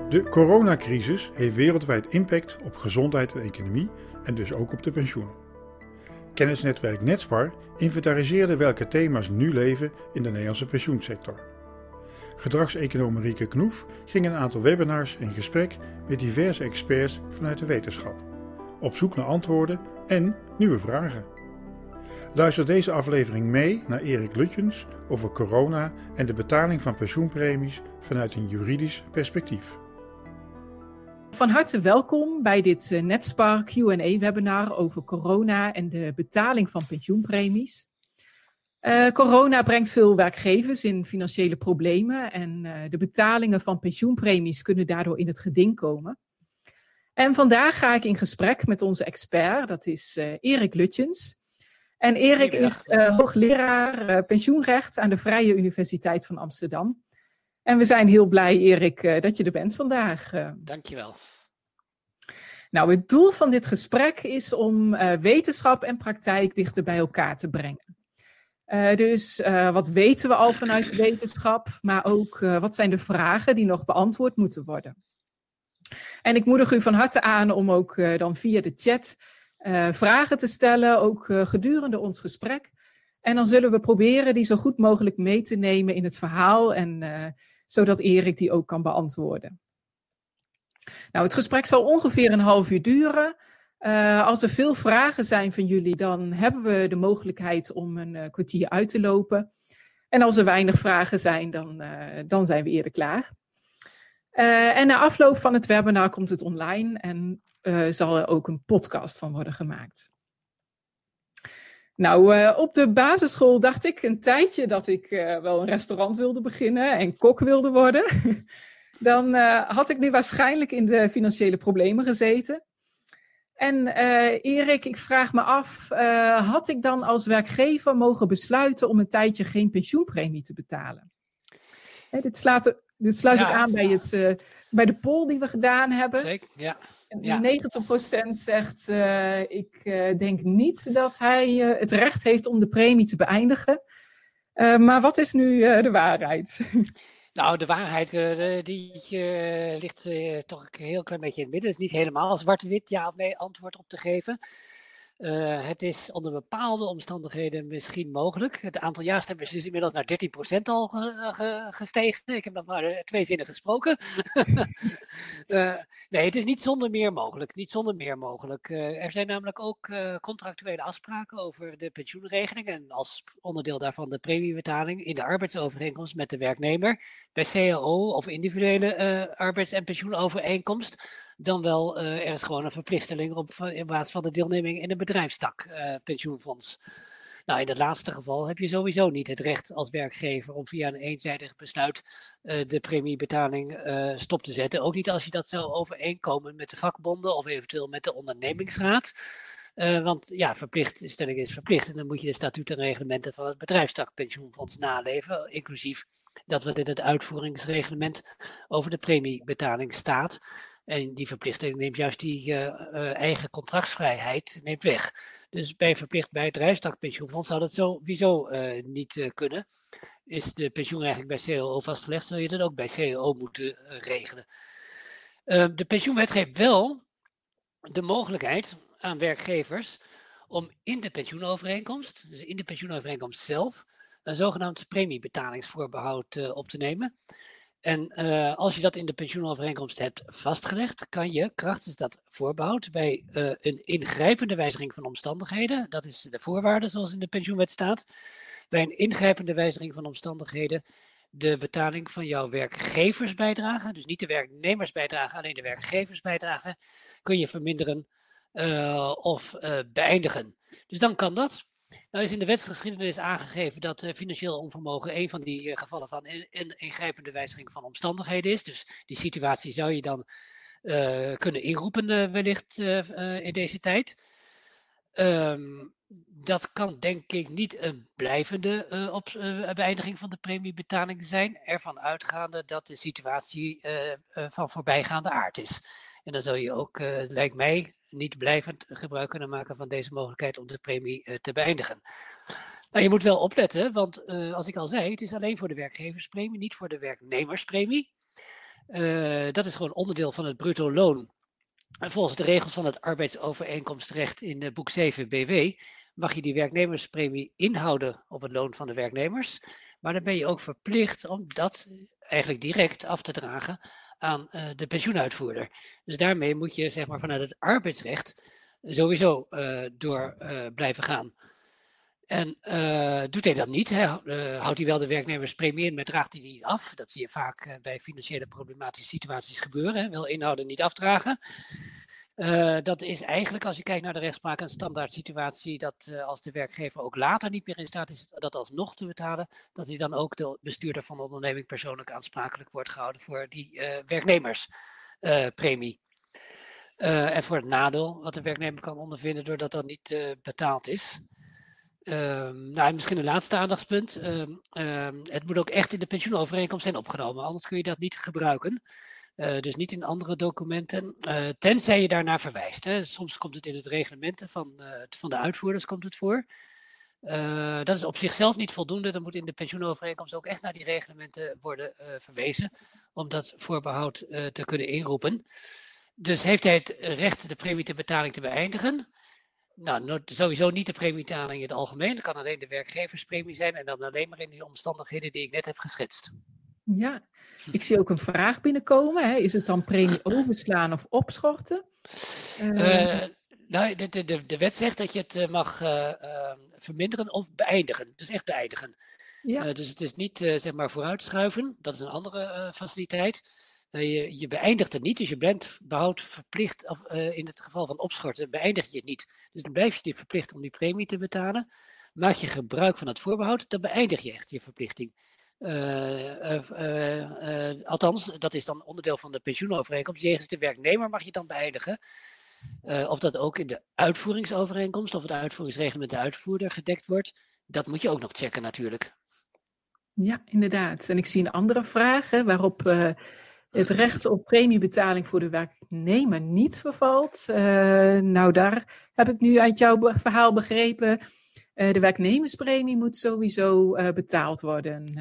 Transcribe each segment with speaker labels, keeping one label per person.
Speaker 1: De coronacrisis heeft wereldwijd impact op gezondheid en economie en dus ook op de pensioenen. Kennisnetwerk Netspar inventariseerde welke thema's nu leven in de Nederlandse pensioensector. Gedragseconoom Rieke Knoef ging een aantal webinars in gesprek met diverse experts vanuit de wetenschap, op zoek naar antwoorden en nieuwe vragen. Luister deze aflevering mee naar Erik Lutjens over corona en de betaling van pensioenpremies vanuit een juridisch perspectief.
Speaker 2: Van harte welkom bij dit Netspar Q&A-webinar over corona en de betaling van pensioenpremies. Corona brengt veel werkgevers in financiële problemen en de betalingen van pensioenpremies kunnen daardoor in het geding komen. En vandaag ga ik in gesprek met onze expert, dat is Erik Lutjens. En Erik is hoogleraar pensioenrecht aan de Vrije Universiteit van Amsterdam. En we zijn heel blij, Erik, dat je er bent vandaag.
Speaker 3: Dankjewel.
Speaker 2: Nou, het doel van dit gesprek is om wetenschap en praktijk dichter bij elkaar te brengen. Dus wat weten we al vanuit de wetenschap, maar ook wat zijn de vragen die nog beantwoord moeten worden. En ik moedig u van harte aan om ook dan via de chat vragen te stellen, ook gedurende ons gesprek. En dan zullen we proberen die zo goed mogelijk mee te nemen in het verhaal en zodat Erik die ook kan beantwoorden. Nou, het gesprek zal ongeveer een half uur duren. Als er veel vragen zijn van jullie, dan hebben we de mogelijkheid om een kwartier uit te lopen. En als er weinig vragen zijn, dan zijn we eerder klaar. En na afloop van het webinar komt het online en zal er ook een podcast van worden gemaakt. Nou, op de basisschool dacht ik een tijdje dat ik wel een restaurant wilde beginnen en kok wilde worden. Dan had ik nu waarschijnlijk in de financiële problemen gezeten. En Erik, ik vraag me af, had ik dan als werkgever mogen besluiten om een tijdje geen pensioenpremie te betalen? Dit sluit ook aan bij de poll die we gedaan hebben.
Speaker 3: Zeker, ja.
Speaker 2: 90% zegt, ik denk niet dat hij het recht heeft om de premie te beëindigen. Maar wat is nu de waarheid?
Speaker 3: Nou, de waarheid die ligt toch een heel klein beetje in het midden. Het is niet helemaal zwart-wit, ja of nee antwoord op te geven. Het is onder bepaalde omstandigheden misschien mogelijk. Het aantal ja-stemmers is inmiddels naar 13% al gestegen. Ik heb nog maar 2 zinnen gesproken. Nee, het is niet zonder meer mogelijk. Niet zonder meer mogelijk. Er zijn namelijk ook contractuele afspraken over de pensioenregeling. En als onderdeel daarvan de premiebetaling in de arbeidsovereenkomst met de werknemer. Bij CAO of individuele arbeids- en pensioenovereenkomst. Dan wel, er is gewoon een verplichting in plaats van de deelneming in een bedrijfstak pensioenfonds. Nou, in het laatste geval heb je sowieso niet het recht als werkgever om via een eenzijdig besluit de premiebetaling stop te zetten. Ook niet als je dat zou overeenkomen met de vakbonden of eventueel met de ondernemingsraad. Want ja, stelling is verplicht en dan moet je de statuten en reglementen van het bedrijfstak pensioenfonds naleven, inclusief dat wat in het uitvoeringsreglement over de premiebetaling staat. En die verplichting neemt juist die eigen contractsvrijheid weg. Dus bij verplicht bij het bedrijfstakpensioenfonds zou dat sowieso niet kunnen. Is de pensioenregeling bij CAO vastgelegd, zul je dat ook bij CAO moeten regelen. De pensioenwet geeft wel de mogelijkheid aan werkgevers om in de pensioenovereenkomst, dus in de pensioenovereenkomst zelf, een zogenaamd premiebetalingsvoorbehoud op te nemen. En als je dat in de pensioenovereenkomst hebt vastgelegd, kan je krachtens dat voorbehoud bij een ingrijpende wijziging van omstandigheden, dat is de voorwaarde zoals in de pensioenwet staat, bij een ingrijpende wijziging van omstandigheden de betaling van jouw werkgeversbijdrage, dus niet de werknemersbijdrage, alleen de werkgeversbijdrage, kun je verminderen of beëindigen. Dus dan kan dat. Nou is in de wetsgeschiedenis aangegeven dat financieel onvermogen een van die gevallen van een ingrijpende wijziging van omstandigheden is. Dus die situatie zou je dan kunnen inroepen wellicht in deze tijd. Dat kan denk ik niet een blijvende beëindiging van de premiebetaling zijn. Ervan uitgaande dat de situatie van voorbijgaande aard is. En dan zul je ook, lijkt mij, niet blijvend gebruik kunnen maken van deze mogelijkheid om de premie te beëindigen. Nou, je moet wel opletten, want als ik al zei, het is alleen voor de werkgeverspremie, niet voor de werknemerspremie. Dat is gewoon onderdeel van het bruto loon. En volgens de regels van het arbeidsovereenkomstrecht in boek 7 BW mag je die werknemerspremie inhouden op het loon van de werknemers. Maar dan ben je ook verplicht om dat eigenlijk direct af te dragen aan de pensioenuitvoerder. Dus daarmee moet je zeg maar vanuit het arbeidsrecht sowieso door blijven gaan. En doet hij dat niet, houdt hij wel de werknemerspremie in, maar draagt hij die niet af. Dat zie je vaak bij financiële problematische situaties gebeuren. Hè? Wel inhouden, niet afdragen. Dat is eigenlijk, als je kijkt naar de rechtspraak, een standaard situatie dat als de werkgever ook later niet meer in staat is dat alsnog te betalen, dat hij dan ook de bestuurder van de onderneming persoonlijk aansprakelijk wordt gehouden voor die werknemerspremie. En voor het nadeel wat de werknemer kan ondervinden doordat dat niet betaald is. Nou, misschien een laatste aandachtspunt. Het moet ook echt in de pensioenovereenkomst zijn opgenomen, anders kun je dat niet gebruiken. Dus niet in andere documenten, tenzij je daarnaar verwijst. Hè. Soms komt het in het reglementen van de uitvoerders komt het voor. Dat is op zichzelf niet voldoende. Dan moet in de pensioenovereenkomst ook echt naar die reglementen worden verwezen, om dat voorbehoud te kunnen inroepen. Dus heeft hij het recht de premiebetaling te beëindigen? Nou, sowieso niet de premiebetaling in het algemeen. Dat kan alleen de werkgeverspremie zijn en dan alleen maar in die omstandigheden die ik net heb geschetst.
Speaker 2: Ja, ik zie ook een vraag binnenkomen. Hè. Is het dan premie overslaan of opschorten?
Speaker 3: Nou, de wet zegt dat je het mag verminderen of beëindigen. Dus echt beëindigen.
Speaker 2: Ja.
Speaker 3: Dus het is niet zeg maar vooruitschuiven. Dat is een andere faciliteit. Je beëindigt het niet, dus je behoudt verplicht, of in het geval van opschorten beëindig je het niet. Dus dan blijf je verplicht om die premie te betalen. Maak je gebruik van het voorbehoud, dan beëindig je echt je verplichting. Althans, dat is dan onderdeel van de pensioenovereenkomst. Jegens de werknemer mag je dan beëindigen. Of dat ook in de uitvoeringsovereenkomst of het uitvoeringsreglement de uitvoerder gedekt wordt, dat moet je ook nog checken natuurlijk.
Speaker 2: Ja, inderdaad. En ik zie een andere vraag waarop het recht op premiebetaling voor de werknemer niet vervalt. Nou, daar heb ik nu uit jouw verhaal begrepen. De werknemerspremie moet sowieso betaald worden.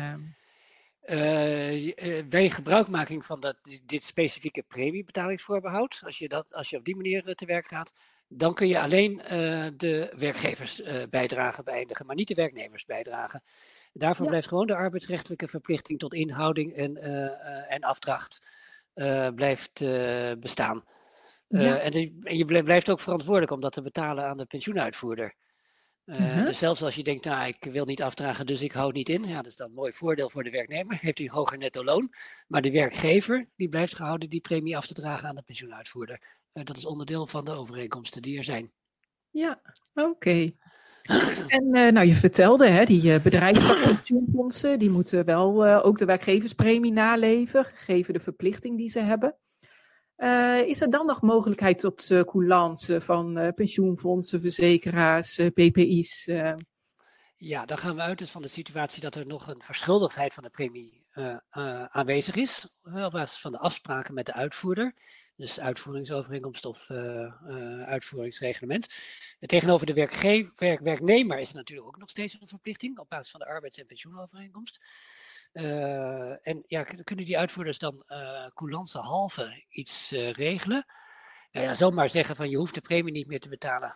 Speaker 3: Bij gebruikmaking van dit specifieke premiebetalingsvoorbehoud, als je op die manier te werk gaat, dan kun je alleen de werkgeversbijdrage beëindigen, maar niet de werknemersbijdrage. Daarvoor blijft gewoon de arbeidsrechtelijke verplichting tot inhouding en afdracht blijft bestaan. En je blijft ook verantwoordelijk om dat te betalen aan de pensioenuitvoerder. Dus zelfs als je denkt, nou, ik wil niet afdragen, dus ik hou het niet in. Ja, dat is dan een mooi voordeel voor de werknemer. Heeft hij een hoger netto loon. Maar de werkgever, die blijft gehouden die premie af te dragen aan de pensioenuitvoerder. Dat is onderdeel van de overeenkomsten die er zijn.
Speaker 2: Ja, oké. En nou, je vertelde, die bedrijfspensioenfondsen, die moeten wel ook de werkgeverspremie naleven, gegeven de verplichting die ze hebben. Is er dan nog mogelijkheid tot coulance van pensioenfondsen, verzekeraars, PPI's?
Speaker 3: Ja, dan gaan we uit dus van de situatie dat er nog een verschuldigdheid van de premie aanwezig is, op basis van de afspraken met de uitvoerder. Dus uitvoeringsovereenkomst of uitvoeringsreglement. En tegenover de werknemer is er natuurlijk ook nog steeds een verplichting op basis van de arbeids- en pensioenovereenkomst. En ja, kunnen die uitvoerders dan coulancehalve iets regelen? Nou ja, zomaar zeggen van je hoeft de premie niet meer te betalen.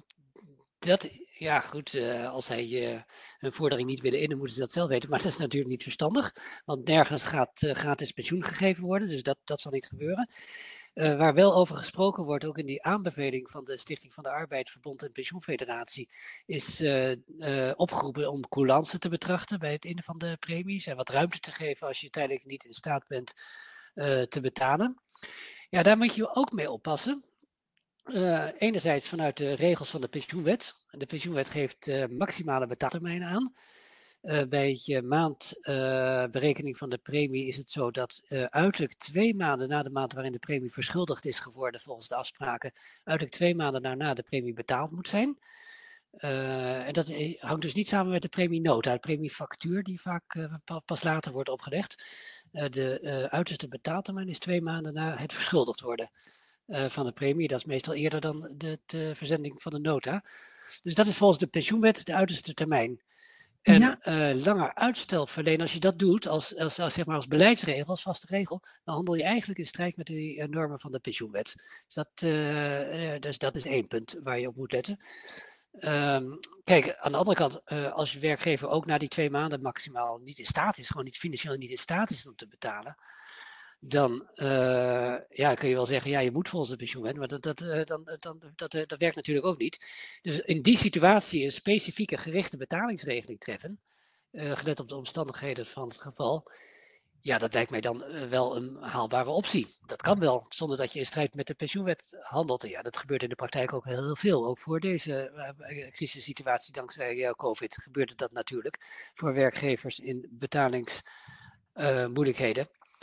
Speaker 3: Ja goed, als zij hun vordering niet willen innen, moeten ze dat zelf weten. Maar dat is natuurlijk niet verstandig, want nergens gaat gratis pensioen gegeven worden, dus dat zal niet gebeuren. Waar wel over gesproken wordt, ook in die aanbeveling van de Stichting van de Arbeid, Verbond en Pensioenfederatie, is opgeroepen om coulance te betrachten bij het innen van de premies en wat ruimte te geven als je tijdelijk niet in staat bent te betalen. Ja, daar moet je ook mee oppassen. Enerzijds vanuit de regels van de pensioenwet. De pensioenwet geeft maximale betaaltermijnen aan. Bij je maandberekening van de premie is het zo dat uiterlijk 2 maanden na de maand waarin de premie verschuldigd is geworden volgens de afspraken, uiterlijk 2 maanden daarna de premie betaald moet zijn. En dat hangt dus niet samen met de premienota, de premiefactuur die vaak pas later wordt opgelegd. De uiterste betaaltermijn is 2 maanden na het verschuldigd worden van de premie. Dat is meestal eerder dan de verzending van de nota. Dus dat is volgens de pensioenwet de uiterste termijn. En langer uitstel verlenen, als je dat doet zeg maar als beleidsregel, als vaste regel, dan handel je eigenlijk in strijd met de normen van de pensioenwet. Dus dat is 1 punt waar je op moet letten. Kijk, aan de andere kant, als je werkgever ook na die 2 maanden maximaal niet in staat is, gewoon niet financieel niet in staat is om te betalen, dan kun je wel zeggen, ja, je moet volgens de pensioenwet, maar dat werkt natuurlijk ook niet. Dus in die situatie een specifieke gerichte betalingsregeling treffen, gelet op de omstandigheden van het geval, ja, dat lijkt mij dan wel een haalbare optie. Dat kan wel, zonder dat je in strijd met de pensioenwet handelt. En ja, dat gebeurt in de praktijk ook heel veel. Ook voor deze crisissituatie dankzij COVID gebeurde dat natuurlijk voor werkgevers in betalingsmoeilijkheden.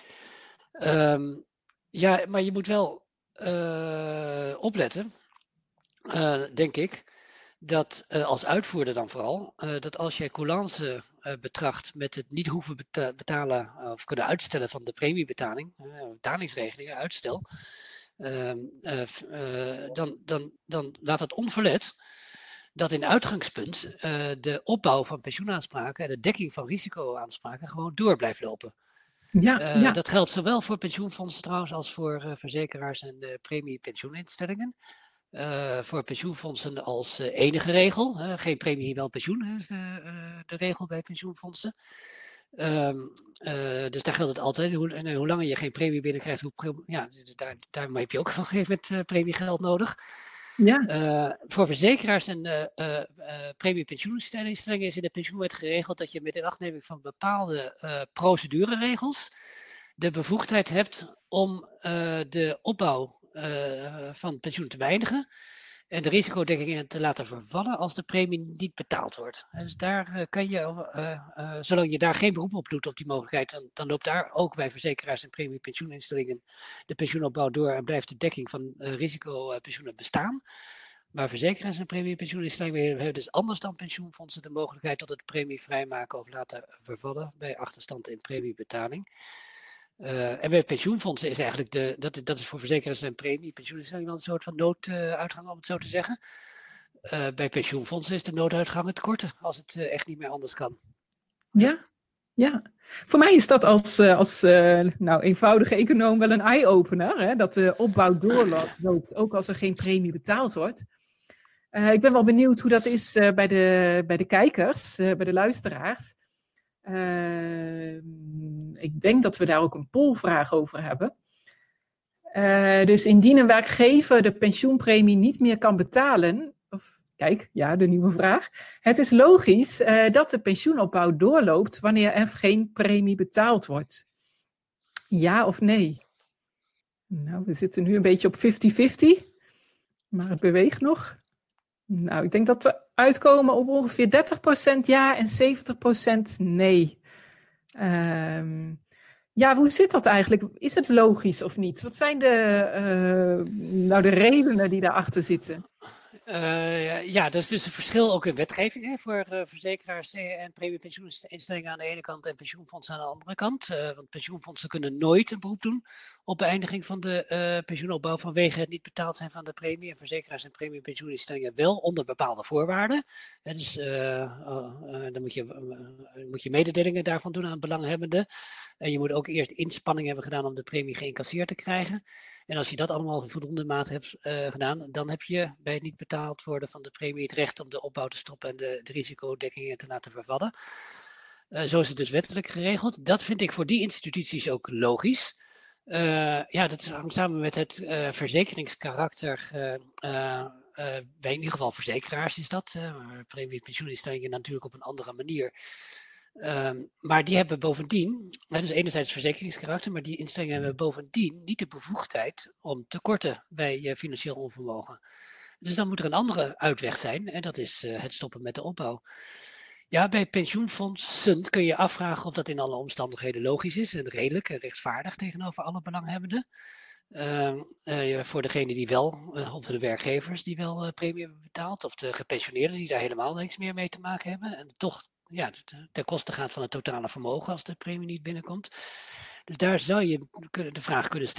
Speaker 3: Maar je moet wel opletten, denk ik, dat als uitvoerder dan vooral, dat als jij coulance betracht met het niet hoeven betalen of kunnen uitstellen van de premiebetaling, betalingsregelingen, uitstel, dan laat het onverlet dat in uitgangspunt de opbouw van pensioenaanspraken en de dekking van risicoaanspraken gewoon door blijft lopen.
Speaker 2: Ja.
Speaker 3: Dat geldt zowel voor pensioenfondsen trouwens als voor verzekeraars en premiepensioeninstellingen. Voor pensioenfondsen als enige regel. Geen premie, wel pensioen is de regel bij pensioenfondsen. Dus daar geldt het altijd. Hoe langer je geen premie binnenkrijgt, daarmee heb je ook op een gegeven moment premiegeld nodig.
Speaker 2: Ja.
Speaker 3: Voor verzekeraars en premiepensioeninstellingen is in de pensioenwet geregeld dat je met inachtneming van bepaalde procedureregels de bevoegdheid hebt om de opbouw van pensioen te beëindigen en de risicodekking te laten vervallen als de premie niet betaald wordt. Dus daar kan je, zolang je daar geen beroep op doet op die mogelijkheid, dan loopt daar ook bij verzekeraars en premiepensioeninstellingen de pensioenopbouw door en blijft de dekking van risicopensioenen bestaan. Maar verzekeraars en premiepensioeninstellingen hebben dus anders dan pensioenfondsen de mogelijkheid tot het premie vrijmaken of laten vervallen bij achterstand in premiebetaling. En bij pensioenfondsen is eigenlijk dat is voor verzekeraars en premiepensioeninstellingen wel een soort van nooduitgang, om het zo te zeggen. Bij pensioenfondsen is de nooduitgang het korte, als het echt niet meer anders kan.
Speaker 2: Ja. Voor mij is dat als eenvoudige econoom wel een eye-opener, hè? Dat de opbouw doorloopt, ook als er geen premie betaald wordt. Ik ben wel benieuwd hoe dat is bij de kijkers, bij de luisteraars. Ik denk dat we daar ook een pollvraag over hebben. Dus indien een werkgever de pensioenpremie niet meer kan betalen, de nieuwe vraag. Het is logisch dat de pensioenopbouw doorloopt wanneer er geen premie betaald wordt. Ja of nee? Nou, we zitten nu een beetje op 50-50, maar het beweegt nog. Nou, ik denk dat we uitkomen op ongeveer 30% ja en 70% nee. Hoe zit dat eigenlijk? Is het logisch of niet? Wat zijn de redenen die daarachter zitten?
Speaker 3: Er is dus een verschil ook in wetgeving voor verzekeraars en premiepensioeninstellingen aan de ene kant en pensioenfondsen aan de andere kant. Want pensioenfondsen kunnen nooit een beroep doen op beëindiging van de pensioenopbouw vanwege het niet betaald zijn van de premie. En verzekeraars en premiepensioeninstellingen wel onder bepaalde voorwaarden. Dus dan moet je mededelingen daarvan doen aan belanghebbenden. En je moet ook eerst inspanning hebben gedaan om de premie geïncasseerd te krijgen. En als je dat allemaal in voldoende mate hebt gedaan, dan heb je bij het niet betaald worden van de premie het recht om de opbouw te stoppen en de risicodekkingen te laten vervallen. Zo is het dus wettelijk geregeld. Dat vind ik voor die instituties ook logisch. Dat hangt samen met het verzekeringskarakter. Bij in ieder geval verzekeraars is dat. Premiepensioeninstellingen natuurlijk op een andere manier. Maar die hebben bovendien, dus enerzijds verzekeringskarakter, maar die instellingen hebben bovendien niet de bevoegdheid om tekorten bij financieel onvermogen. Dus dan moet er een andere uitweg zijn en dat is het stoppen met de opbouw. Ja, bij pensioenfondsen kun je afvragen of dat in alle omstandigheden logisch is en redelijk en rechtvaardig tegenover alle belanghebbenden. Voor degene die wel, of de werkgevers die wel premie hebben betaald, of de gepensioneerden die daar helemaal niks meer mee te maken hebben en toch ten koste gaat van het totale vermogen als de premie niet binnenkomt. Dus daar zou je de vraag kunnen stellen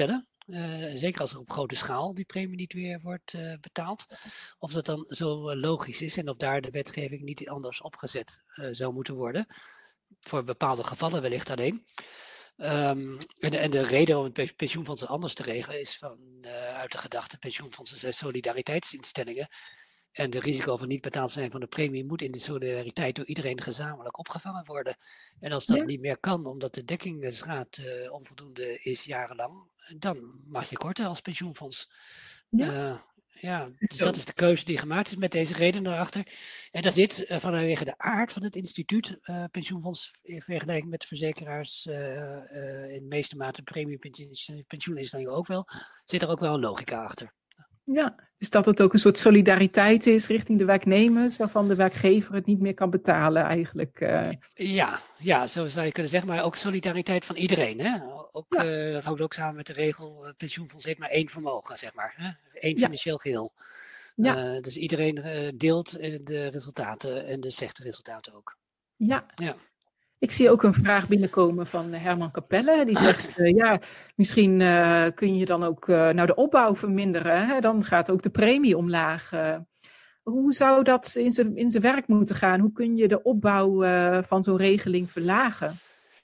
Speaker 3: Zeker als er op grote schaal die premie niet weer wordt betaald. Of dat dan zo logisch is en of daar de wetgeving niet anders opgezet zou moeten worden. Voor bepaalde gevallen wellicht alleen. En de reden om het pensioenfondsen anders te regelen is uit de gedachte: pensioenfondsen zijn solidariteitsinstellingen. En de risico van niet betaald zijn van de premie moet in de solidariteit door iedereen gezamenlijk opgevangen worden. En als dat niet meer kan, omdat de dekkingsgraad onvoldoende is jarenlang, dan mag je korten als pensioenfonds. Dus dat is de keuze die gemaakt is met deze reden daarachter. En dat zit vanwege de aard van het instituut, pensioenfonds in vergelijking met verzekeraars, in de meeste mate pensioeninstellingen ook wel, zit er ook wel een logica achter.
Speaker 2: Ja, dus dat het ook een soort solidariteit is richting de werknemers, waarvan de werkgever het niet meer kan betalen eigenlijk.
Speaker 3: Ja, zo zou je kunnen zeggen, maar ook solidariteit van iedereen. Hè? Dat houdt ook samen met de regel, pensioenfonds heeft maar één vermogen, zeg maar. Hè? Eén financieel geheel. Ja. Dus iedereen deelt de resultaten en de slechte resultaten ook.
Speaker 2: Ja. Ik zie ook een vraag binnenkomen van Herman Capelle. Die zegt, misschien kun je dan ook de opbouw verminderen. Hè? Dan gaat ook de premie omlaag. Hoe zou dat in zijn werk moeten gaan? Hoe kun je de opbouw van zo'n regeling verlagen?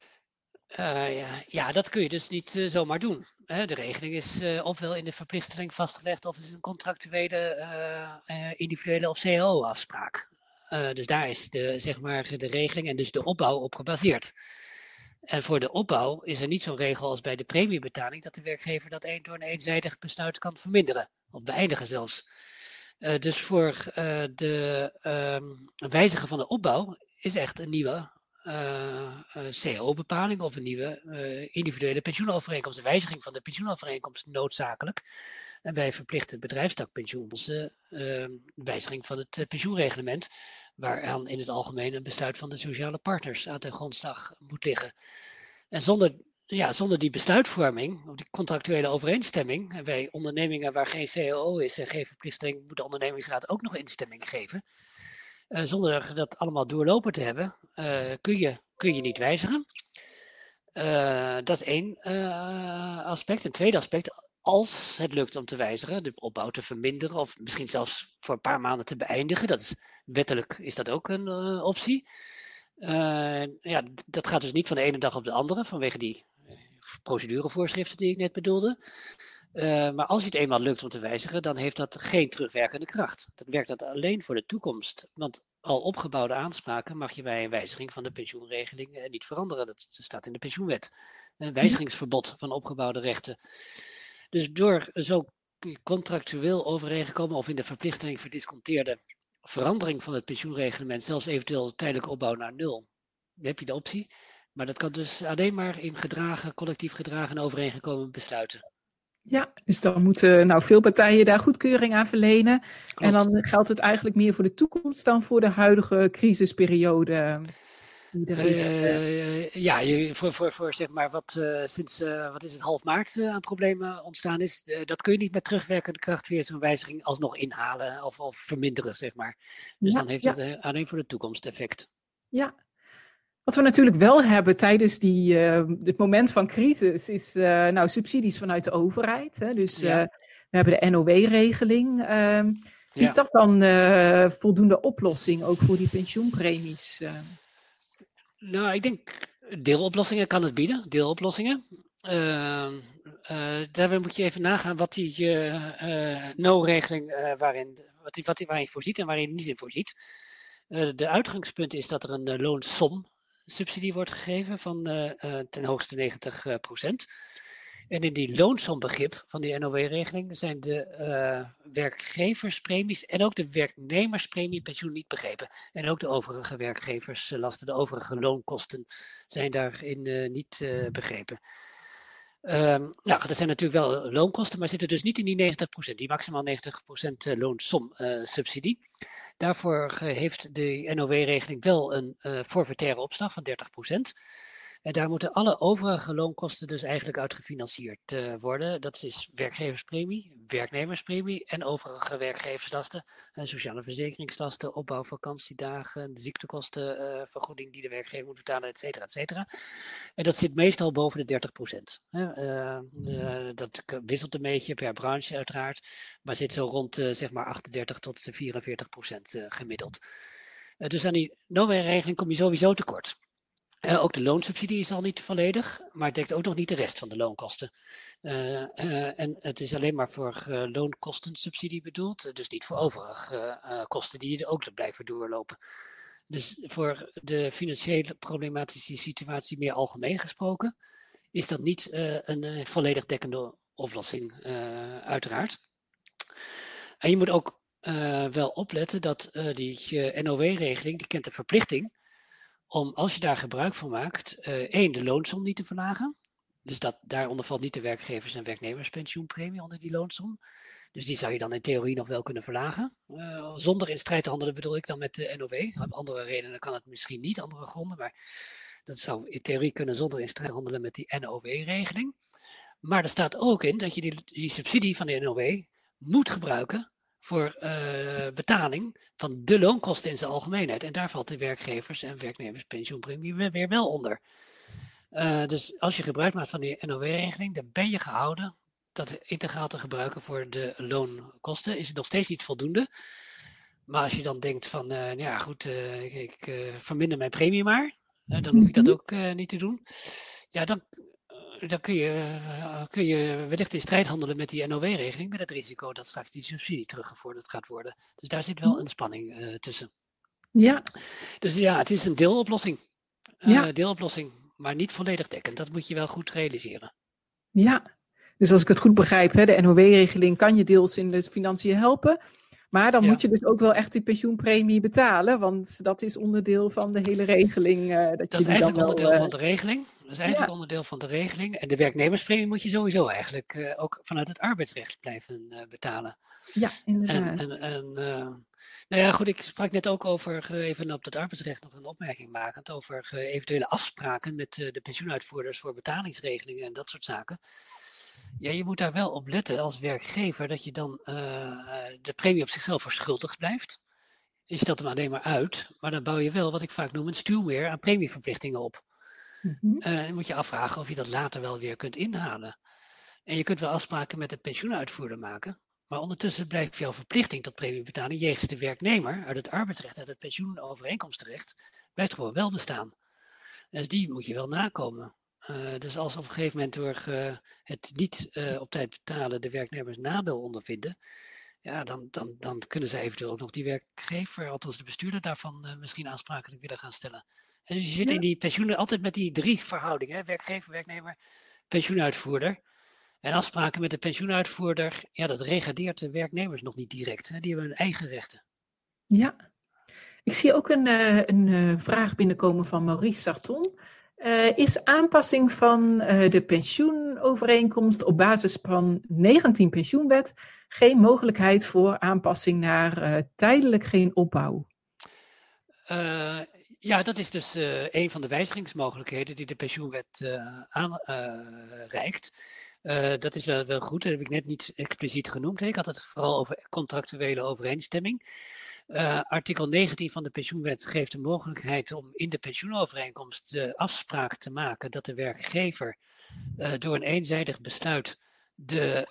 Speaker 3: Dat kun je dus niet zomaar doen. De regeling is ofwel in de verplichtstelling vastgelegd of is een contractuele, individuele of CAO-afspraak. Dus daar is de regeling en dus de opbouw op gebaseerd. En voor de opbouw is er niet zo'n regel als bij de premiebetaling dat de werkgever dat door een eenzijdig besluit kan verminderen of beëindigen zelfs. Dus voor wijzigen van de opbouw is echt een nieuwe CAO-bepaling of een nieuwe individuele pensioenovereenkomst. De wijziging van de pensioenovereenkomst noodzakelijk. En bij verplichte bedrijfstakpensioenfondsen de wijziging van het pensioenreglement, waaraan in het algemeen een besluit van de sociale partners aan ten grondslag moet liggen. En zonder die besluitvorming, of die contractuele overeenstemming, en bij ondernemingen waar geen CAO is en geen verplichting, moet de ondernemingsraad ook nog instemming geven. Zonder dat allemaal doorlopen te hebben, kun je niet wijzigen. Dat is één aspect. Een tweede aspect, als het lukt om te wijzigen, de opbouw te verminderen of misschien zelfs voor een paar maanden te beëindigen. Wettelijk is dat ook een optie. Dat gaat dus niet van de ene dag op de andere vanwege die procedurevoorschriften die ik net bedoelde. Maar als je het eenmaal lukt om te wijzigen, dan heeft dat geen terugwerkende kracht. Dat werkt dat alleen voor de toekomst. Want al opgebouwde aanspraken mag je bij een wijziging van de pensioenregeling niet veranderen. Dat staat in de pensioenwet. Een wijzigingsverbod van opgebouwde rechten. Dus door zo contractueel overeengekomen of in de verplichting verdisconteerde verandering van het pensioenreglement, zelfs eventueel tijdelijke opbouw naar 0, dan heb je de optie. Maar dat kan dus alleen maar in collectief gedragen en overeengekomen besluiten.
Speaker 2: Ja, dus dan moeten veel partijen daar goedkeuring aan verlenen.
Speaker 3: Klopt.
Speaker 2: En dan geldt het eigenlijk meer voor de toekomst dan voor de huidige crisisperiode die er is.
Speaker 3: Voor zeg maar wat sinds half maart aan problemen ontstaan is, dat kun je niet met terugwerkende kracht weer zo'n wijziging alsnog inhalen of verminderen, zeg maar. Dus dan heeft het alleen voor de toekomst effect.
Speaker 2: Ja. Wat we natuurlijk wel hebben tijdens dit moment van crisis is subsidies vanuit de overheid. Hè? Dus we hebben de NOW-regeling. Biedt dat dan voldoende oplossing ook voor die pensioenpremies?
Speaker 3: Nou, ik denk deeloplossingen kan het bieden. Deeloplossingen. Daarbij moet je even nagaan wat die NO-regeling waarin voorziet en waarin niet in voorziet. De uitgangspunt is dat er een loonsom-subsidie wordt gegeven van ten hoogste 90%. En in die loonsombegrip van die NOW-regeling zijn de werkgeverspremies en ook de werknemerspremie pensioen niet begrepen. En ook de overige werkgeverslasten, de overige loonkosten zijn daarin niet begrepen. Dat zijn natuurlijk wel loonkosten, maar zitten dus niet in die 90%, die maximaal 90% loonsomsubsidie. Daarvoor heeft de NOW-regeling wel een forfaitaire opslag van 30%. En daar moeten alle overige loonkosten dus eigenlijk uit gefinancierd worden. Dat is werkgeverspremie, werknemerspremie en overige werkgeverslasten, sociale verzekeringslasten, opbouw vakantiedagen, de ziektekostenvergoeding die de werkgever moet betalen, et cetera, et cetera. En dat zit meestal boven de 30%. Dat wisselt een beetje per branche uiteraard, maar zit zo rond zeg maar 38 tot 44% gemiddeld. Dus aan die NOW-regeling kom je sowieso tekort. Ook de loonsubsidie is al niet volledig, maar het dekt ook nog niet de rest van de loonkosten. En het is alleen maar voor loonkostensubsidie bedoeld, dus niet voor overige kosten die ook blijven doorlopen. Dus voor de financiële problematische situatie meer algemeen gesproken, is dat niet een volledig dekkende oplossing, uiteraard. En je moet ook wel opletten dat die NOW-regeling, die kent de verplichting om, als je daar gebruik van maakt, de loonsom niet te verlagen. Dus daaronder valt niet de werkgevers- en werknemerspensioenpremie onder die loonsom. Dus die zou je dan in theorie nog wel kunnen verlagen. Zonder in strijd te handelen bedoel ik dan met de NOW. Op andere redenen kan het misschien niet, andere gronden. Maar dat zou in theorie kunnen zonder in strijd handelen met die NOW-regeling. Maar er staat ook in dat je die subsidie van de NOW moet gebruiken voor betaling van de loonkosten in zijn algemeenheid. En daar valt de werkgevers- en werknemerspensioenpremie weer wel onder. Dus als je gebruik maakt van die NOW-regeling, dan ben je gehouden dat integraal te gebruiken voor de loonkosten. Is het nog steeds niet voldoende. Maar als je dan denkt van, ja goed, ik verminder mijn premie maar. Dan hoef ik dat ook niet te doen. Ja, dan kun je wellicht in strijd handelen met die NOW-regeling, met het risico dat straks die subsidie teruggevorderd gaat worden. Dus daar zit wel een spanning tussen.
Speaker 2: Ja.
Speaker 3: Dus ja, het is een deeloplossing.
Speaker 2: Ja.
Speaker 3: Deeloplossing, maar niet volledig dekkend. Dat moet je wel goed realiseren.
Speaker 2: Ja, dus als ik het goed begrijp, hè, de NOW-regeling kan je deels in de financiën helpen. Maar dan moet je dus ook wel echt die pensioenpremie betalen, want dat is onderdeel van de hele regeling.
Speaker 3: Dat is eigenlijk onderdeel van de regeling. Dat is eigenlijk onderdeel van de regeling. En de werknemerspremie moet je sowieso eigenlijk ook vanuit het arbeidsrecht blijven betalen.
Speaker 2: Ja, inderdaad.
Speaker 3: Nou ja, goed, ik sprak net ook over, even op het arbeidsrecht nog een opmerking makend, over eventuele afspraken met de pensioenuitvoerders voor betalingsregelingen en dat soort zaken. Ja, je moet daar wel op letten als werkgever dat je dan de premie op zichzelf verschuldigd blijft. Je stelt hem alleen maar uit, maar dan bouw je wel wat ik vaak noem een stuwmeer aan premieverplichtingen op. Dan moet je afvragen of je dat later wel weer kunt inhalen. En je kunt wel afspraken met de pensioenuitvoerder maken, maar ondertussen blijft jouw verplichting tot premiebetaling jegens de werknemer uit het arbeidsrecht en het pensioenovereenkomstenrecht blijft gewoon wel bestaan. Dus die moet je wel nakomen. Dus als op een gegeven moment door het niet op tijd betalen de werknemers nadeel ondervinden, ja, dan kunnen ze eventueel ook nog die werkgever, althans de bestuurder daarvan, misschien aansprakelijk willen gaan stellen. En dus je zit in die pensioenen altijd met die 3 verhoudingen, hè? Werkgever, werknemer, pensioenuitvoerder. En afspraken met de pensioenuitvoerder, ja, dat regardeert de werknemers nog niet direct. Hè? Die hebben hun eigen rechten.
Speaker 2: Ja, ik zie ook een vraag binnenkomen van Maurice Sarton. Is aanpassing van de pensioenovereenkomst op basis van 19 pensioenwet geen mogelijkheid voor aanpassing naar tijdelijk geen opbouw?
Speaker 3: Ja, dat is dus een van de wijzigingsmogelijkheden die de pensioenwet aanreikt. Dat is wel goed, dat heb ik net niet expliciet genoemd. Ik had het vooral over contractuele overeenstemming. Artikel 19 van de pensioenwet geeft de mogelijkheid om in de pensioenovereenkomst de afspraak te maken dat de werkgever door een eenzijdig besluit de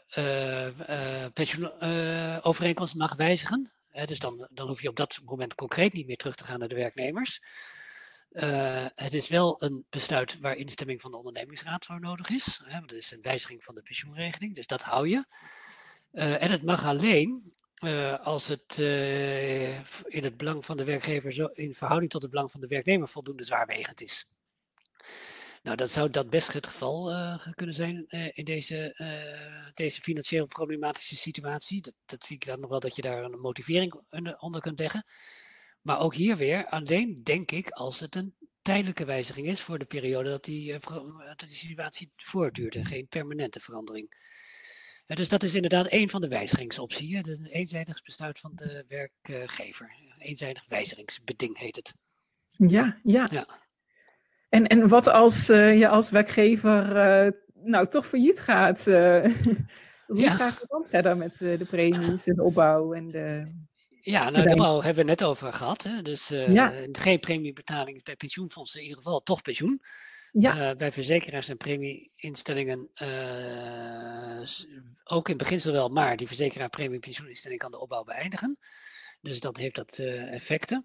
Speaker 3: pensioenovereenkomst mag wijzigen. Dus dan hoef je op dat moment concreet niet meer terug te gaan naar de werknemers. Het is wel een besluit waar instemming van de ondernemingsraad voor nodig is. Dat is een wijziging van de pensioenregeling, dus dat hou je. En het mag alleen als het in het belang van de werkgever, in verhouding tot het belang van de werknemer, voldoende zwaarwegend is. Nou, dat zou dat best het geval kunnen zijn in deze financieel problematische situatie. Dat zie ik dan nog wel dat je daar een motivering onder kunt leggen. Maar ook hier weer alleen, denk ik, als het een tijdelijke wijziging is voor de periode dat die situatie voortduurt en geen permanente verandering. Dus dat is inderdaad een van de wijzigingsopties. Een eenzijdig besluit van de werkgever. Eenzijdig wijzigingsbeding heet het.
Speaker 2: Ja. En wat als je als werkgever nou toch failliet gaat? Hoe ga ik dan verder met de premies en de opbouw en de...
Speaker 3: Ja, nou, de bouw hebben we net over gehad. Hè? Dus
Speaker 2: Ja.
Speaker 3: geen premiebetaling bij pensioenfondsen, in ieder geval toch pensioen.
Speaker 2: Ja.
Speaker 3: Bij verzekeraars en premieinstellingen ook in beginsel wel, maar die verzekeraar premiepensioeninstelling kan de opbouw beëindigen. Dus dat heeft dat effecten.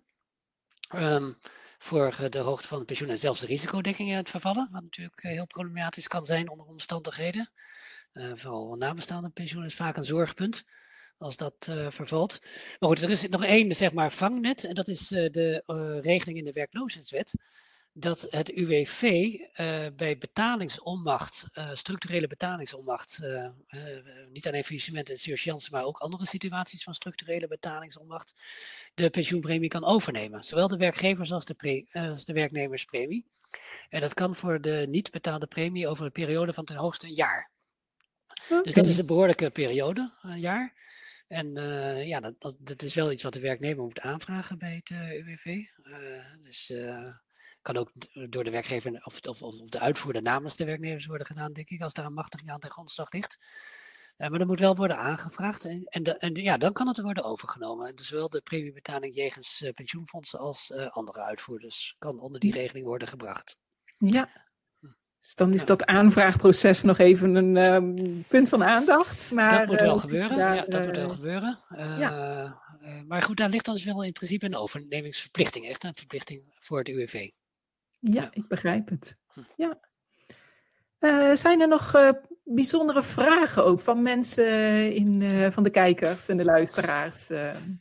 Speaker 3: Voor de hoogte van het pensioen en zelfs de risicodekking in het vervallen, wat natuurlijk heel problematisch kan zijn onder omstandigheden. Vooral nabestaande pensioen is vaak een zorgpunt als dat vervalt. Maar goed, er is nog één, zeg maar, vangnet. En dat is de regeling in de werkloosheidswet. Dat het UWV bij betalingsonmacht, structurele betalingsonmacht, niet alleen faillissement en surchance, maar ook andere situaties van structurele betalingsonmacht, de pensioenpremie kan overnemen. Zowel de werkgevers als de werknemerspremie. En dat kan voor de niet betaalde premie over een periode van ten hoogste een jaar.
Speaker 2: Okay.
Speaker 3: Dus dat is een behoorlijke periode, een jaar. En dat is wel iets wat de werknemer moet aanvragen bij het UWV. Dus kan ook door de werkgever of de uitvoerder namens de werknemers worden gedaan, denk ik, als daar een machtiging aan de grondslag ligt. Maar dat moet wel worden aangevraagd en dan kan het worden overgenomen. Dus zowel de premiebetaling jegens pensioenfondsen als andere uitvoerders kan onder die regeling worden gebracht.
Speaker 2: Ja. Dus dan is dat aanvraagproces nog even een punt van aandacht. Maar,
Speaker 3: dat moet wel gebeuren. Dat moet wel gebeuren. Maar goed, daar ligt dan dus wel in principe een overnemingsverplichting. Echt een verplichting voor het UWV.
Speaker 2: Ja, ik begrijp het. Ja. Zijn er nog bijzondere vragen ook van mensen van de kijkers en de luisteraars? En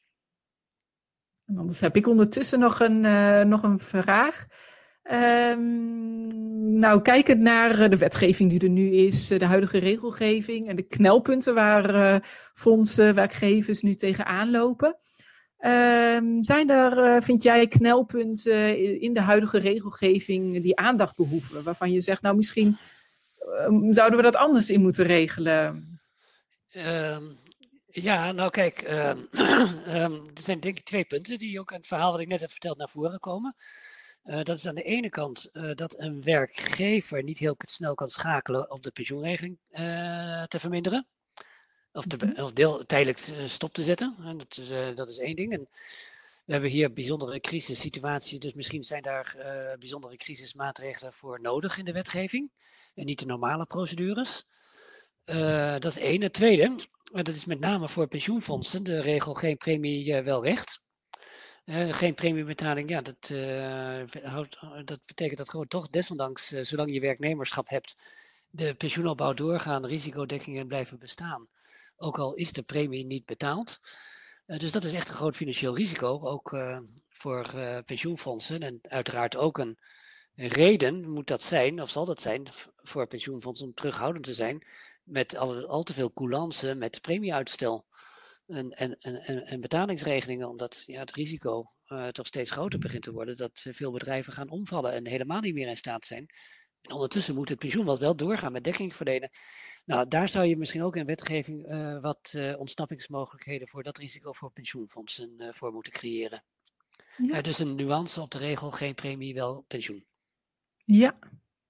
Speaker 2: anders heb ik ondertussen nog een vraag. Nou, kijkend naar de wetgeving die er nu is, de huidige regelgeving en de knelpunten waar fondsen, werkgevers nu tegenaan lopen. Zijn er, vind jij, knelpunten in de huidige regelgeving die aandacht behoeven? Waarvan je zegt, nou misschien zouden we dat anders in moeten regelen?
Speaker 3: Ja, nou kijk, er zijn denk ik 2 punten die ook in het verhaal wat ik net heb verteld naar voren komen. Dat is aan de ene kant dat een werkgever niet heel snel kan schakelen om de pensioenregeling te verminderen. Of tijdelijk stop te zetten. Dat is één ding. En we hebben hier bijzondere crisissituaties, dus misschien zijn daar bijzondere crisismaatregelen voor nodig in de wetgeving. En niet de normale procedures. Dat is één. Het tweede, dat is met name voor pensioenfondsen, de regel geen premie, wel recht. Geen premiebetaling, ja, dat betekent dat gewoon toch desondanks, zolang je werknemerschap hebt, de pensioenopbouw doorgaan, risicodekkingen blijven bestaan. Ook al is de premie niet betaald. Dus dat is echt een groot financieel risico, ook voor pensioenfondsen. En uiteraard ook een reden moet dat zijn, of zal dat zijn, voor pensioenfondsen om terughoudend te zijn met al te veel coulance met premieuitstel. En betalingsregelingen, omdat het risico toch steeds groter begint te worden dat veel bedrijven gaan omvallen en helemaal niet meer in staat zijn. En ondertussen moet het pensioen wel doorgaan met dekking verlenen. Nou, daar zou je misschien ook in wetgeving wat ontsnappingsmogelijkheden voor dat risico voor pensioenfondsen voor moeten creëren.
Speaker 2: Ja.
Speaker 3: Dus een nuance op de regel, geen premie, wel pensioen.
Speaker 2: Ja.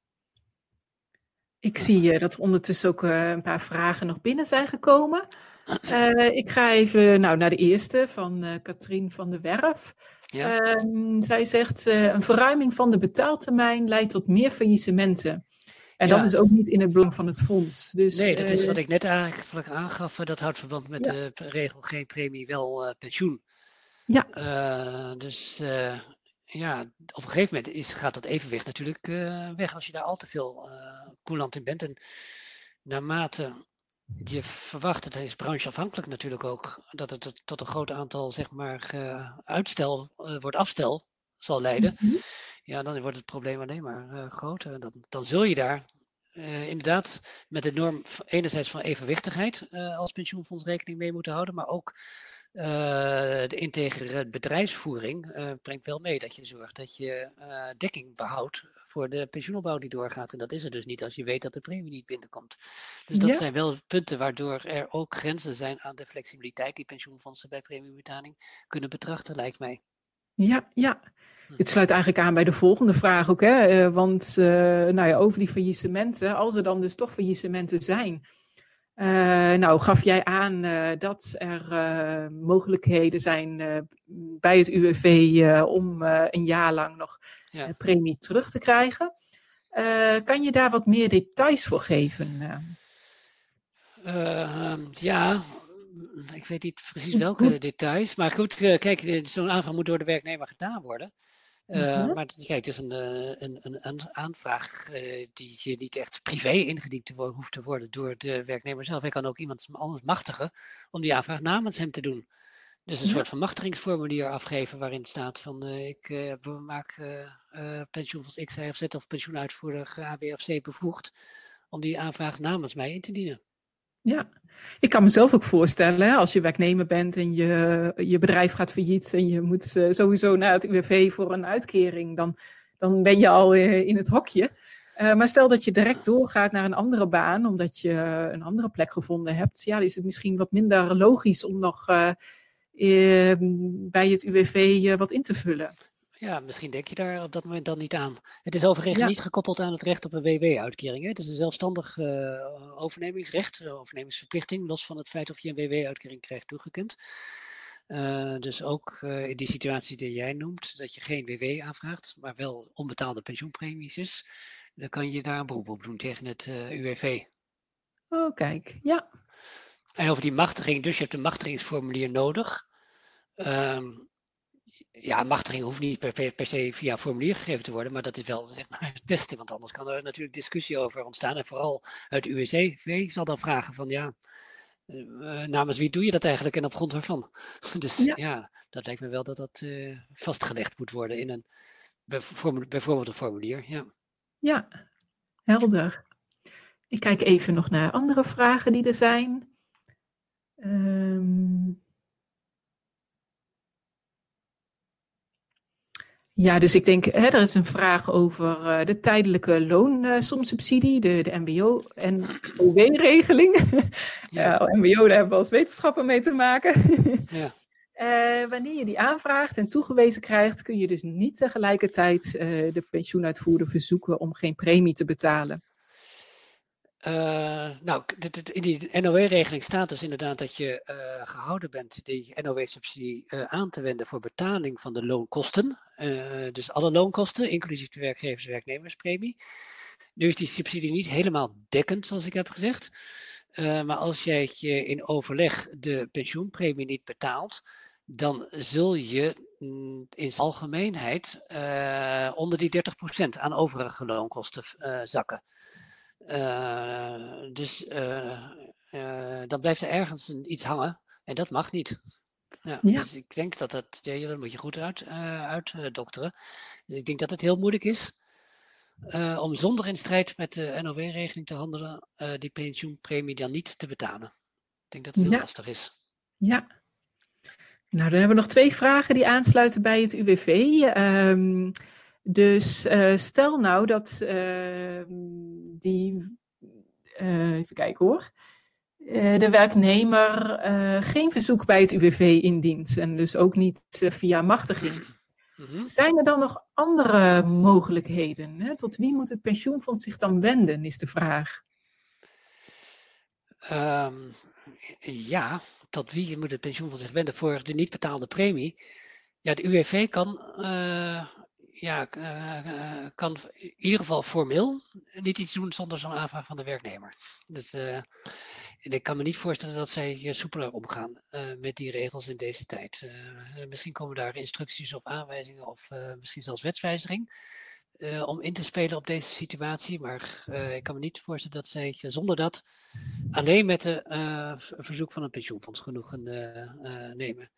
Speaker 2: Ik zie dat er ondertussen ook een paar vragen nog binnen zijn gekomen. Ik ga even naar de eerste van Katrien van der Werf.
Speaker 3: Ja.
Speaker 2: Zij zegt, een verruiming van de betaaltermijn leidt tot meer faillissementen. En dat is ook niet in het belang van het fonds. Dus,
Speaker 3: nee, dat is wat ik net eigenlijk aangaf. Dat houdt verband met de regel geen premie, wel pensioen.
Speaker 2: Ja.
Speaker 3: Dus op een gegeven moment gaat dat evenwicht natuurlijk weg als je daar al te veel coulant in bent. En naarmate je verwacht, het is brancheafhankelijk natuurlijk ook, dat het tot een groot aantal zeg maar afstel zal leiden.
Speaker 2: Mm-hmm.
Speaker 3: Ja, dan wordt het probleem alleen maar groter. Dan zul je daar inderdaad met de norm enerzijds van evenwichtigheid als pensioenfonds rekening mee moeten houden, maar ook de integere bedrijfsvoering brengt wel mee dat je zorgt dat je dekking behoudt voor de pensioenopbouw die doorgaat. En dat is er dus niet als je weet dat de premie niet binnenkomt. Dus dat zijn wel punten waardoor er ook grenzen zijn aan de flexibiliteit die pensioenfondsen bij premiebetaling kunnen betrachten, lijkt mij.
Speaker 2: Ja. Dit sluit eigenlijk aan bij de volgende vraag ook, hè? Want over die faillissementen, als er dan dus toch faillissementen zijn. Gaf jij aan dat er mogelijkheden zijn bij het UWV om een jaar lang nog premie terug te krijgen. Kan je daar wat meer details voor geven?
Speaker 3: Ja, ik weet niet precies welke details. Maar goed, kijk, zo'n aanvraag moet door de werknemer gedaan worden. Maar kijk, het is een aanvraag die je niet echt privé ingediend hoeft te worden door de werknemer zelf. Hij kan ook iemand anders machtigen om die aanvraag namens hem te doen. Dus een soort van machtigingsformulier afgeven waarin staat van ik maak pensioenfonds X, Y of Z of pensioenuitvoerder A, B of C bevoegd om die aanvraag namens mij in te dienen.
Speaker 2: Ja, ik kan mezelf ook voorstellen, als je werknemer bent en je bedrijf gaat failliet en je moet sowieso naar het UWV voor een uitkering, dan ben je al in het hokje. Maar stel dat je direct doorgaat naar een andere baan, omdat je een andere plek gevonden hebt, ja, is het misschien wat minder logisch om nog bij het UWV wat in te vullen.
Speaker 3: Ja, misschien denk je daar op dat moment dan niet aan. Het is overigens niet gekoppeld aan het recht op een WW-uitkering. Het is een zelfstandig overnemingsrecht, overnemingsverplichting, los van het feit of je een WW-uitkering krijgt toegekend. Dus ook in die situatie die jij noemt, dat je geen WW aanvraagt, maar wel onbetaalde pensioenpremies is, dan kan je daar een beroep op doen tegen het UWV.
Speaker 2: Oh, kijk, ja.
Speaker 3: En over die machtiging, dus je hebt een machtigingsformulier nodig. Machtiging hoeft niet per se via formulier gegeven te worden, maar dat is wel zeg maar, het beste, want anders kan er natuurlijk discussie over ontstaan. En vooral het UWV zal dan vragen van namens wie doe je dat eigenlijk en op grond waarvan? Dus dat lijkt me wel dat dat vastgelegd moet worden in bijvoorbeeld een formulier.
Speaker 2: Ja, helder. Ik kijk even nog naar andere vragen die er zijn. Ja, dus ik denk, er is een vraag over de tijdelijke loonsomsubsidie, de MBO en OW-regeling. MBO, daar hebben we als wetenschapper mee te maken. Wanneer je die aanvraagt en toegewezen krijgt, kun je dus niet tegelijkertijd de pensioenuitvoerder verzoeken om geen premie te betalen.
Speaker 3: In die NOW-regeling staat dus inderdaad dat je gehouden bent die NOW-subsidie aan te wenden voor betaling van de loonkosten. Dus alle loonkosten, inclusief de werkgevers- en werknemerspremie. Nu is die subsidie niet helemaal dekkend, zoals ik heb gezegd. Maar als jij je in overleg de pensioenpremie niet betaalt, dan zul je in zijn algemeenheid onder die 30% aan overige loonkosten zakken. Dan blijft er ergens iets hangen en dat mag niet. Dus ik denk dat moet je goed uitdokteren. Dus ik denk dat het heel moeilijk is om zonder in strijd met de NOW-regeling te handelen, die pensioenpremie dan niet te betalen. Ik denk dat het heel lastig is.
Speaker 2: Ja. Nou, dan hebben we nog 2 vragen die aansluiten bij het UWV. Dus stel nou dat even kijken hoor, de werknemer geen verzoek bij het UWV indient en dus ook niet via machtiging. Zijn er dan nog andere mogelijkheden? Hè? Tot wie moet het pensioenfonds zich dan wenden, is de vraag.
Speaker 3: Tot wie moet het pensioenfonds zich wenden voor de niet betaalde premie? Ja, de UWV kan in ieder geval formeel niet iets doen zonder zo'n aanvraag van de werknemer. Dus ik kan me niet voorstellen dat zij soepeler omgaan met die regels in deze tijd. Misschien komen daar instructies of aanwijzingen of misschien zelfs wetswijziging om in te spelen op deze situatie. Maar ik kan me niet voorstellen dat zij zonder dat alleen met de verzoek van een pensioenfonds genoegen nemen.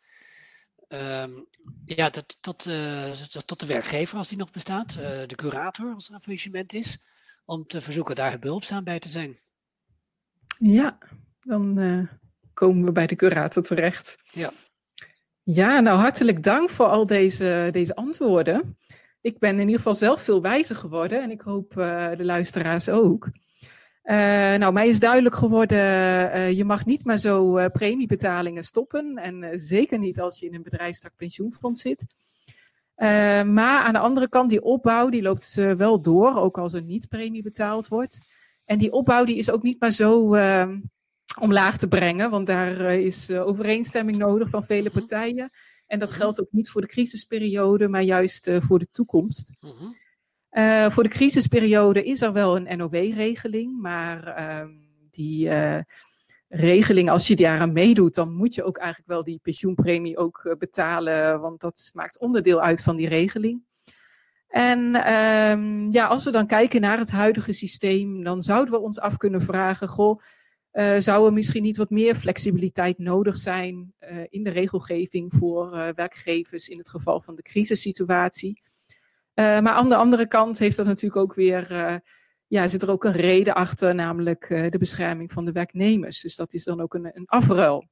Speaker 3: Tot de werkgever als die nog bestaat, de curator als er een faillissement is, om te verzoeken daar behulpzaam bij te zijn.
Speaker 2: Ja, dan komen we bij de curator terecht. Ja, nou hartelijk dank voor al deze antwoorden. Ik ben in ieder geval zelf veel wijzer geworden en ik hoop de luisteraars ook. Mij is duidelijk geworden, je mag niet maar zo premiebetalingen stoppen. En zeker niet als je in een bedrijfstak pensioenfonds zit. Maar aan de andere kant, die opbouw die loopt wel door, ook als er niet premie betaald wordt. En die opbouw die is ook niet maar zo omlaag te brengen, want daar is overeenstemming nodig van vele partijen. En dat geldt ook niet voor de crisisperiode, maar juist voor de toekomst. Voor de crisisperiode is er wel een NOW-regeling, maar die regeling, als je daaraan meedoet, dan moet je ook eigenlijk wel die pensioenpremie ook betalen, want dat maakt onderdeel uit van die regeling. En als we dan kijken naar het huidige systeem, dan zouden we ons af kunnen vragen, zou er misschien niet wat meer flexibiliteit nodig zijn in de regelgeving voor werkgevers in het geval van de crisissituatie. Maar aan de andere kant heeft dat natuurlijk ook weer, zit er ook een reden achter, namelijk de bescherming van de werknemers. Dus dat is dan ook een afruil.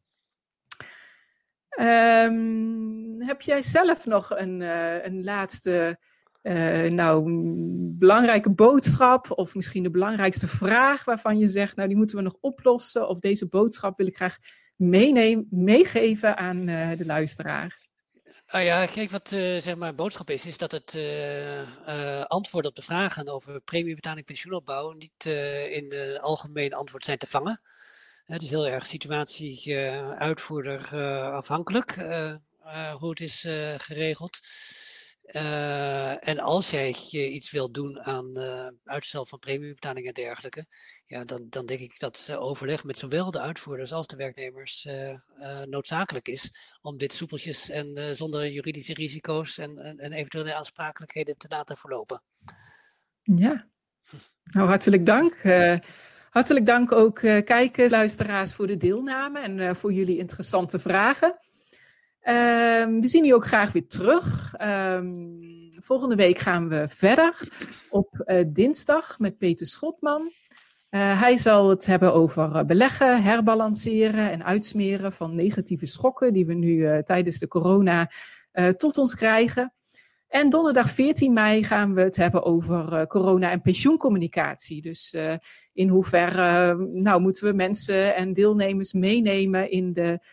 Speaker 2: Heb jij zelf nog een laatste belangrijke boodschap of misschien de belangrijkste vraag waarvan je zegt, die moeten we nog oplossen, of deze boodschap wil ik graag meegeven aan de luisteraar?
Speaker 3: Kijk, wat mijn boodschap is dat het antwoord op de vragen over premiebetaling pensioenopbouw niet in de algemene antwoord zijn te vangen. Het is heel erg situatie-uitvoerder afhankelijk hoe het is geregeld. En als jij iets wilt doen aan uitstel van premiebetaling en dergelijke, dan denk ik dat overleg met zowel de uitvoerders als de werknemers noodzakelijk is om dit soepeltjes en zonder juridische risico's en eventuele aansprakelijkheden te laten verlopen.
Speaker 2: Ja, hartelijk dank. Hartelijk dank ook kijkers, luisteraars voor de deelname en voor jullie interessante vragen. We zien u ook graag weer terug. Volgende week gaan we verder op dinsdag met Peter Schotman. Hij zal het hebben over beleggen, herbalanceren en uitsmeren van negatieve schokken die we nu tijdens de corona tot ons krijgen. En donderdag 14 mei gaan we het hebben over corona- en pensioencommunicatie. Dus in hoeverre moeten we mensen en deelnemers meenemen in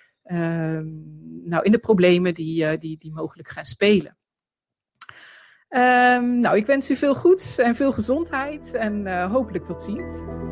Speaker 2: de problemen die mogelijk gaan spelen. Ik wens u veel goeds en veel gezondheid en hopelijk tot ziens.